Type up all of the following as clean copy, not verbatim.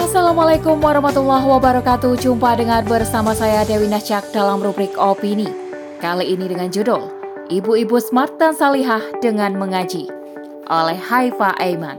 Assalamualaikum warahmatullahi wabarakatuh. Jumpa bersama saya Dewi Nasjak dalam rubrik Opini. Kali ini dengan judul Ibu-ibu Smart dan Salihah dengan Mengaji oleh Haifa Aiman.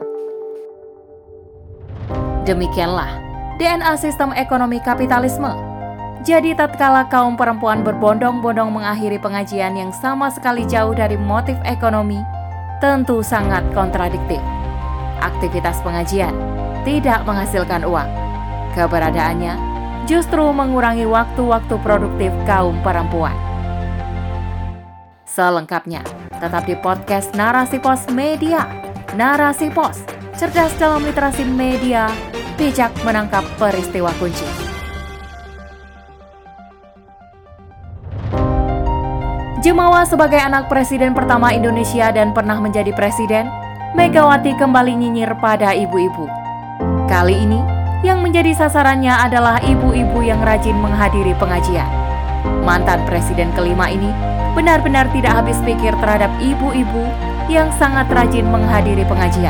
Demikianlah DNA sistem ekonomi kapitalisme. Jadi tatkala kaum perempuan berbondong-bondong mengakhiri pengajian yang sama sekali jauh dari motif ekonomi, tentu sangat kontradiktif. Aktivitas pengajian tidak menghasilkan uang. Keberadaannya justru mengurangi waktu-waktu produktif kaum perempuan. Selengkapnya, tetap di podcast Narasi Pos Media. Narasi Pos, cerdas dalam literasi media, bijak menangkap peristiwa kunci. Jemawa sebagai anak presiden pertama Indonesia dan pernah menjadi presiden, Megawati kembali nyinyir pada ibu-ibu. Kali ini, yang menjadi sasarannya adalah ibu-ibu yang rajin menghadiri pengajian. Mantan presiden kelima ini benar-benar tidak habis pikir terhadap ibu-ibu yang sangat rajin menghadiri pengajian.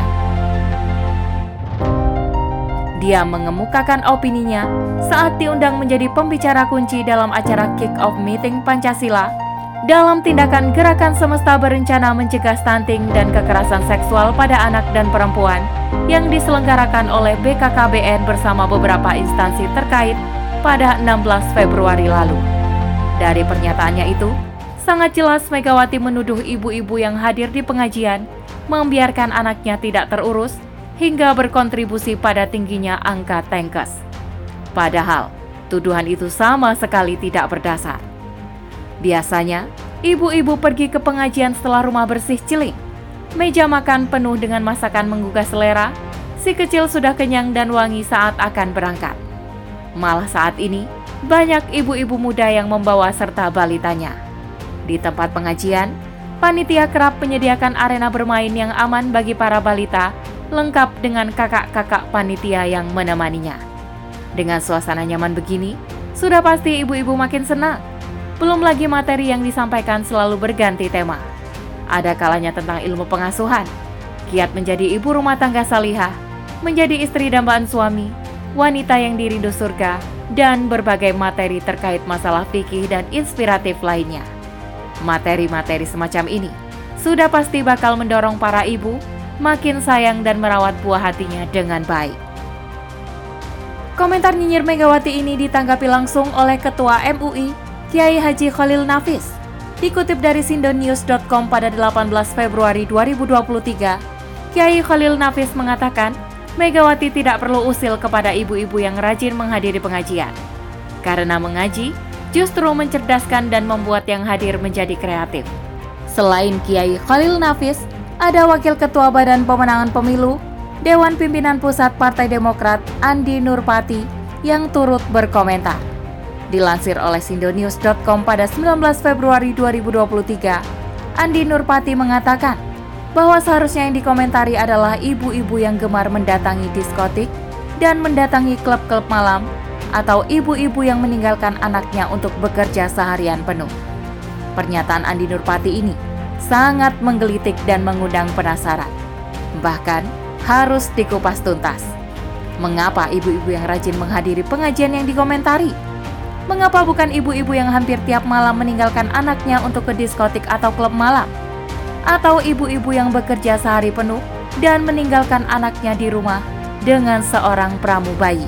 Dia mengemukakan opininya saat diundang menjadi pembicara kunci dalam acara kick-off meeting Pancasila dalam tindakan gerakan semesta berencana mencegah stunting dan kekerasan seksual pada anak dan perempuan yang diselenggarakan oleh BKKBN bersama beberapa instansi terkait pada 16 Februari lalu. Dari pernyataannya itu, sangat jelas Megawati menuduh ibu-ibu yang hadir di pengajian membiarkan anaknya tidak terurus hingga berkontribusi pada tingginya angka tengkes. Padahal, tuduhan itu sama sekali tidak berdasar. Biasanya, ibu-ibu pergi ke pengajian setelah rumah bersih celing. Meja makan penuh dengan masakan menggugah selera, si kecil sudah kenyang dan wangi saat akan berangkat. Malah saat ini, banyak ibu-ibu muda yang membawa serta balitanya. Di tempat pengajian, panitia kerap menyediakan arena bermain yang aman bagi para balita, lengkap dengan kakak-kakak panitia yang menemaninya. Dengan suasana nyaman begini, sudah pasti ibu-ibu makin senang. Belum lagi materi yang disampaikan selalu berganti tema. Ada kalanya tentang ilmu pengasuhan, kiat menjadi ibu rumah tangga salihah, menjadi istri dambaan suami, wanita yang dirindu surga, dan berbagai materi terkait masalah fikih dan inspiratif lainnya. Materi-materi semacam ini sudah pasti bakal mendorong para ibu makin sayang dan merawat buah hatinya dengan baik. Komentar nyinyir Megawati ini ditanggapi langsung oleh Ketua MUI, Kiai Haji Khalil Nafis. Dikutip dari sindonews.com pada 18 Februari 2023, Kiai Khalil Nafis mengatakan, Megawati tidak perlu usil kepada ibu-ibu yang rajin menghadiri pengajian. Karena mengaji, justru mencerdaskan dan membuat yang hadir menjadi kreatif. Selain Kiai Khalil Nafis, ada Wakil Ketua Badan Pemenangan Pemilu, Dewan Pimpinan Pusat Partai Demokrat, Andi Nurpati, yang turut berkomentar. Dilansir oleh sindonews.com pada 19 Februari 2023, Andi Nurpati mengatakan bahwa seharusnya yang dikomentari adalah ibu-ibu yang gemar mendatangi diskotik dan mendatangi klub-klub malam, atau ibu-ibu yang meninggalkan anaknya untuk bekerja seharian penuh. Pernyataan Andi Nurpati ini sangat menggelitik dan mengundang penasaran. Bahkan harus dikupas tuntas. Mengapa ibu-ibu yang rajin menghadiri pengajian yang dikomentari? Mengapa bukan ibu-ibu yang hampir tiap malam meninggalkan anaknya untuk ke diskotik atau klub malam? Atau ibu-ibu yang bekerja sehari penuh dan meninggalkan anaknya di rumah dengan seorang pramubayi?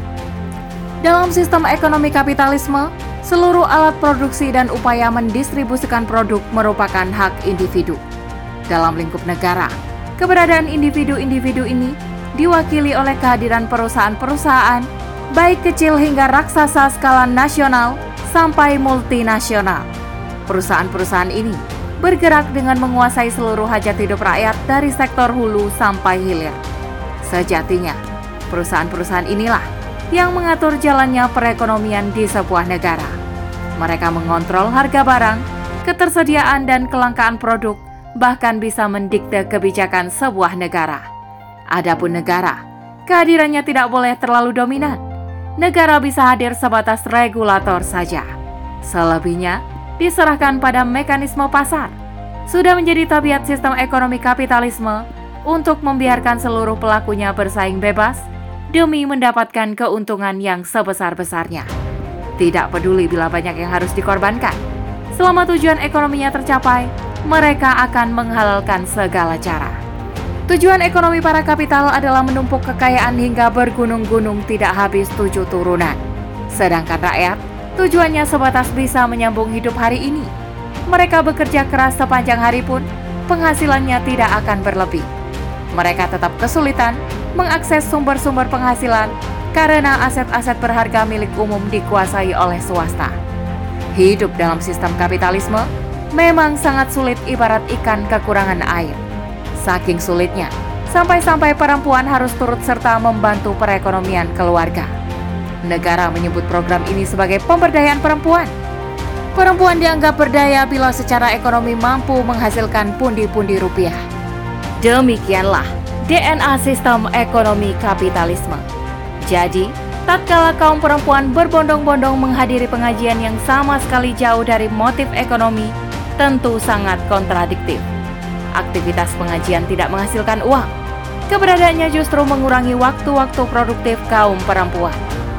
Dalam sistem ekonomi kapitalisme, seluruh alat produksi dan upaya mendistribusikan produk merupakan hak individu. Dalam lingkup negara, keberadaan individu-individu ini diwakili oleh kehadiran perusahaan-perusahaan, baik kecil hingga raksasa skala nasional sampai multinasional. Perusahaan-perusahaan ini bergerak dengan menguasai seluruh hajat hidup rakyat dari sektor hulu sampai hilir. Sejatinya, perusahaan-perusahaan inilah yang mengatur jalannya perekonomian di sebuah negara. Mereka mengontrol harga barang, ketersediaan dan kelangkaan produk, bahkan bisa mendikte kebijakan sebuah negara. Adapun negara, kehadirannya tidak boleh terlalu dominan. Negara bisa hadir sebatas regulator saja. Selebihnya diserahkan pada mekanisme pasar. Sudah menjadi tabiat sistem ekonomi kapitalisme untuk membiarkan seluruh pelakunya bersaing bebas demi mendapatkan keuntungan yang sebesar-besarnya. Tidak peduli bila banyak yang harus dikorbankan. Selama tujuan ekonominya tercapai, mereka akan menghalalkan segala cara. Tujuan ekonomi para kapital adalah menumpuk kekayaan hingga bergunung-gunung tidak habis 7 turunan. Sedangkan rakyat, tujuannya sebatas bisa menyambung hidup hari ini. Mereka bekerja keras sepanjang hari pun, penghasilannya tidak akan berlebih. Mereka tetap kesulitan mengakses sumber-sumber penghasilan karena aset-aset berharga milik umum dikuasai oleh swasta. Hidup dalam sistem kapitalisme memang sangat sulit ibarat ikan kekurangan air. Saking sulitnya, sampai-sampai perempuan harus turut serta membantu perekonomian keluarga. Negara menyebut program ini sebagai pemberdayaan perempuan. Perempuan dianggap berdaya bila secara ekonomi mampu menghasilkan pundi-pundi rupiah. Demikianlah DNA sistem ekonomi kapitalisme. Jadi, tatkala kaum perempuan berbondong-bondong menghadiri pengajian yang sama sekali jauh dari motif ekonomi, tentu sangat kontradiktif. Aktivitas pengajian tidak menghasilkan uang. Keberadaannya justru mengurangi waktu-waktu produktif kaum perempuan.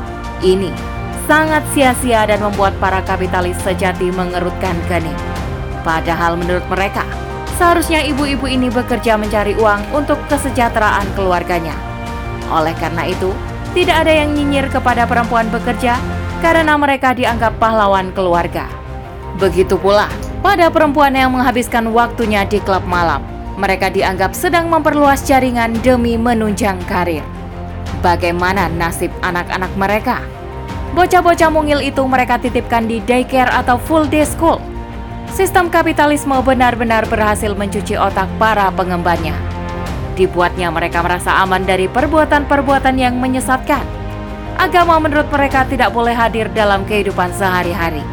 Ini sangat sia-sia dan membuat para kapitalis sejati mengerutkan kening. Padahal menurut mereka, seharusnya ibu-ibu ini bekerja mencari uang untuk kesejahteraan keluarganya. Oleh karena itu, tidak ada yang nyinyir kepada perempuan bekerja karena mereka dianggap pahlawan keluarga. Begitu pula pada perempuan yang menghabiskan waktunya di klub malam. Mereka dianggap sedang memperluas jaringan demi menunjang karir. Bagaimana nasib anak-anak mereka? Bocah-bocah mungil itu mereka titipkan di daycare atau full day school. Sistem kapitalisme benar-benar berhasil mencuci otak para pengembannya. Dibuatnya mereka merasa aman dari perbuatan-perbuatan yang menyesatkan. Agama menurut mereka tidak boleh hadir dalam kehidupan sehari-hari.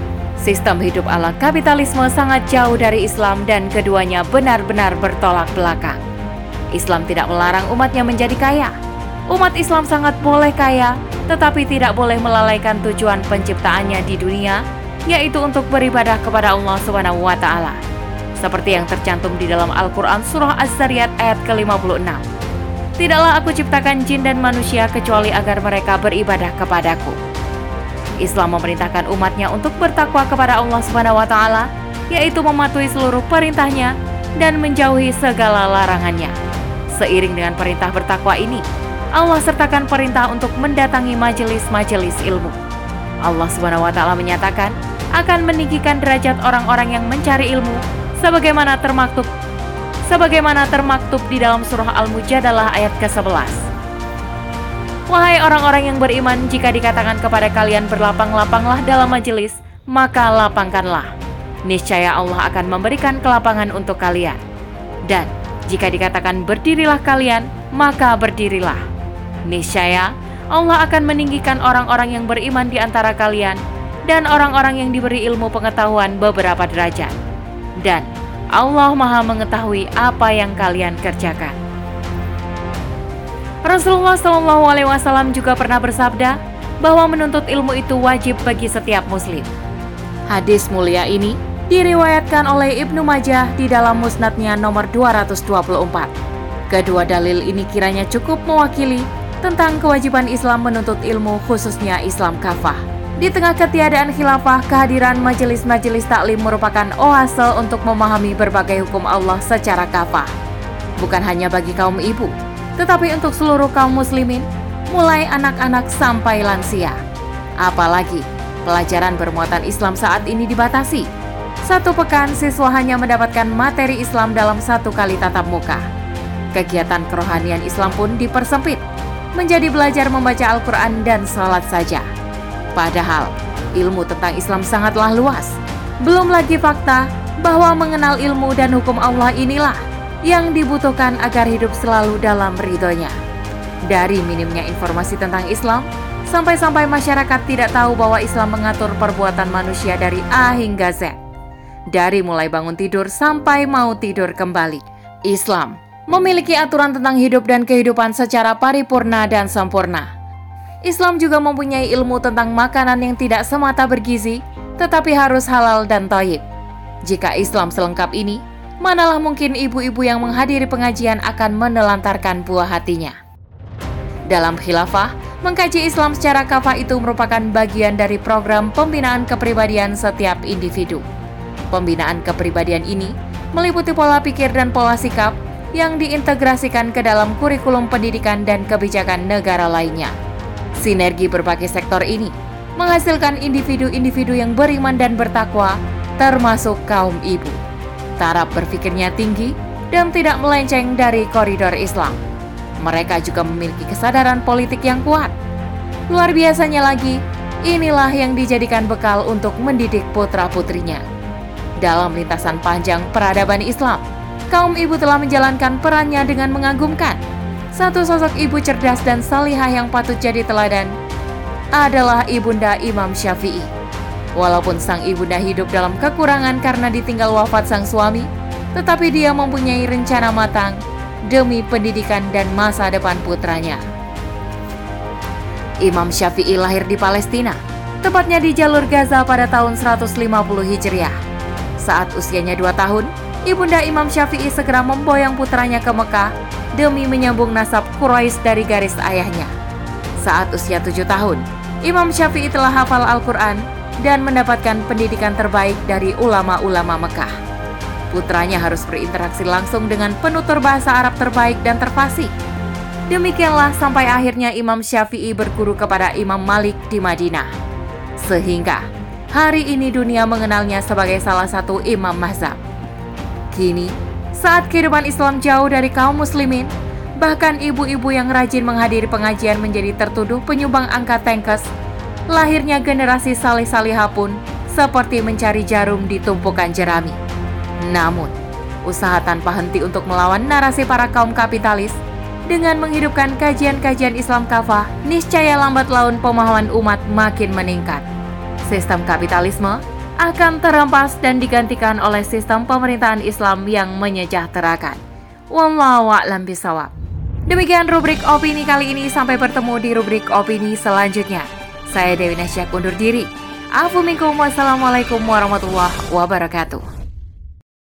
Sistem hidup ala kapitalisme sangat jauh dari Islam dan keduanya benar-benar bertolak belakang. Islam tidak melarang umatnya menjadi kaya. Umat Islam sangat boleh kaya, tetapi tidak boleh melalaikan tujuan penciptaannya di dunia, yaitu untuk beribadah kepada Allah SWT. Seperti yang tercantum di dalam Al-Quran Surah Az-Zariyat ayat ke-56. Tidaklah aku ciptakan jin dan manusia kecuali agar mereka beribadah kepadaku. Islam memerintahkan umatnya untuk bertakwa kepada Allah SWT, yaitu mematuhi seluruh perintahnya dan menjauhi segala larangannya. Seiring dengan perintah bertakwa ini, Allah sertakan perintah untuk mendatangi majelis-majelis ilmu. Allah SWT menyatakan akan meninggikan derajat orang-orang yang mencari ilmu, sebagaimana termaktub di dalam surah Al-Mujadalah ayat ke-11. Wahai orang-orang yang beriman, jika dikatakan kepada kalian berlapang-lapanglah dalam majelis, maka lapangkanlah. Niscaya Allah akan memberikan kelapangan untuk kalian. Dan jika dikatakan berdirilah kalian, maka berdirilah. Niscaya Allah akan meninggikan orang-orang yang beriman di antara kalian dan orang-orang yang diberi ilmu pengetahuan beberapa derajat. Dan Allah Maha mengetahui apa yang kalian kerjakan. Rasulullah SAW juga pernah bersabda bahwa menuntut ilmu itu wajib bagi setiap muslim. Hadis mulia ini diriwayatkan oleh Ibnu Majah di dalam musnadnya nomor 224. Kedua dalil ini kiranya cukup mewakili tentang kewajiban Islam menuntut ilmu, khususnya Islam kafah. Di tengah ketiadaan khilafah, kehadiran majelis-majelis taklim merupakan oase untuk memahami berbagai hukum Allah secara kafah. Bukan hanya bagi kaum ibu, tetapi untuk seluruh kaum muslimin, mulai anak-anak sampai lansia. Apalagi, pelajaran bermuatan Islam saat ini dibatasi. 1 pekan, siswa hanya mendapatkan materi Islam dalam 1 kali tatap muka. Kegiatan kerohanian Islam pun dipersempit, menjadi belajar membaca Al-Quran dan sholat saja. Padahal, ilmu tentang Islam sangatlah luas. Belum lagi fakta bahwa mengenal ilmu dan hukum Allah inilah yang dibutuhkan agar hidup selalu dalam ridhonya. Dari minimnya informasi tentang Islam, sampai-sampai masyarakat tidak tahu bahwa Islam mengatur perbuatan manusia dari A hingga Z. Dari mulai bangun tidur sampai mau tidur kembali. Islam memiliki aturan tentang hidup dan kehidupan secara paripurna dan sempurna. Islam juga mempunyai ilmu tentang makanan yang tidak semata bergizi, tetapi harus halal dan thayyib. Jika Islam selengkap ini, manalah mungkin ibu-ibu yang menghadiri pengajian akan menelantarkan buah hatinya. Dalam khilafah, mengkaji Islam secara kafah itu merupakan bagian dari program pembinaan kepribadian setiap individu. Pembinaan kepribadian ini meliputi pola pikir dan pola sikap yang diintegrasikan ke dalam kurikulum pendidikan dan kebijakan negara lainnya. Sinergi berbagai sektor ini menghasilkan individu-individu yang beriman dan bertakwa, termasuk kaum ibu. Taraf berpikirnya tinggi dan tidak melenceng dari koridor Islam. Mereka juga memiliki kesadaran politik yang kuat. Luar biasanya lagi, inilah yang dijadikan bekal untuk mendidik putra-putrinya. Dalam lintasan panjang peradaban Islam, kaum ibu telah menjalankan perannya dengan mengagumkan. Satu sosok ibu cerdas dan salihah yang patut jadi teladan adalah Ibunda Imam Syafi'i. Walaupun sang ibunda hidup dalam kekurangan karena ditinggal wafat sang suami, tetapi dia mempunyai rencana matang demi pendidikan dan masa depan putranya. Imam Syafi'i lahir di Palestina, tepatnya di jalur Gaza pada tahun 150 Hijriah. Saat usianya 2 tahun, Ibunda Imam Syafi'i segera memboyong putranya ke Mekah demi menyambung nasab Quraisy dari garis ayahnya. Saat usia 7 tahun, Imam Syafi'i telah hafal Al-Quran dan mendapatkan pendidikan terbaik dari ulama-ulama Mekah. Putranya harus berinteraksi langsung dengan penutur bahasa Arab terbaik dan terfasih. Demikianlah sampai akhirnya Imam Syafi'i berguru kepada Imam Malik di Madinah. Sehingga hari ini dunia mengenalnya sebagai salah satu imam mazhab. Kini, saat kehidupan Islam jauh dari kaum muslimin, bahkan ibu-ibu yang rajin menghadiri pengajian menjadi tertuduh penyumbang angka tengkes, lahirnya generasi salih-salihah pun seperti mencari jarum di tumpukan jerami. Namun, usaha tanpa henti untuk melawan narasi para kaum kapitalis dengan menghidupkan kajian-kajian Islam kafah, niscaya lambat laun pemahaman umat makin meningkat. Sistem kapitalisme akan terhempas dan digantikan oleh sistem pemerintahan Islam yang menyejahterakan. Wallahu a'lam bishawab. Demikian rubrik opini kali ini, sampai bertemu di rubrik opini selanjutnya. Saya Dewi Nasyak undur diri. Afu minkum, wassalamualaikum warahmatullahi wabarakatuh.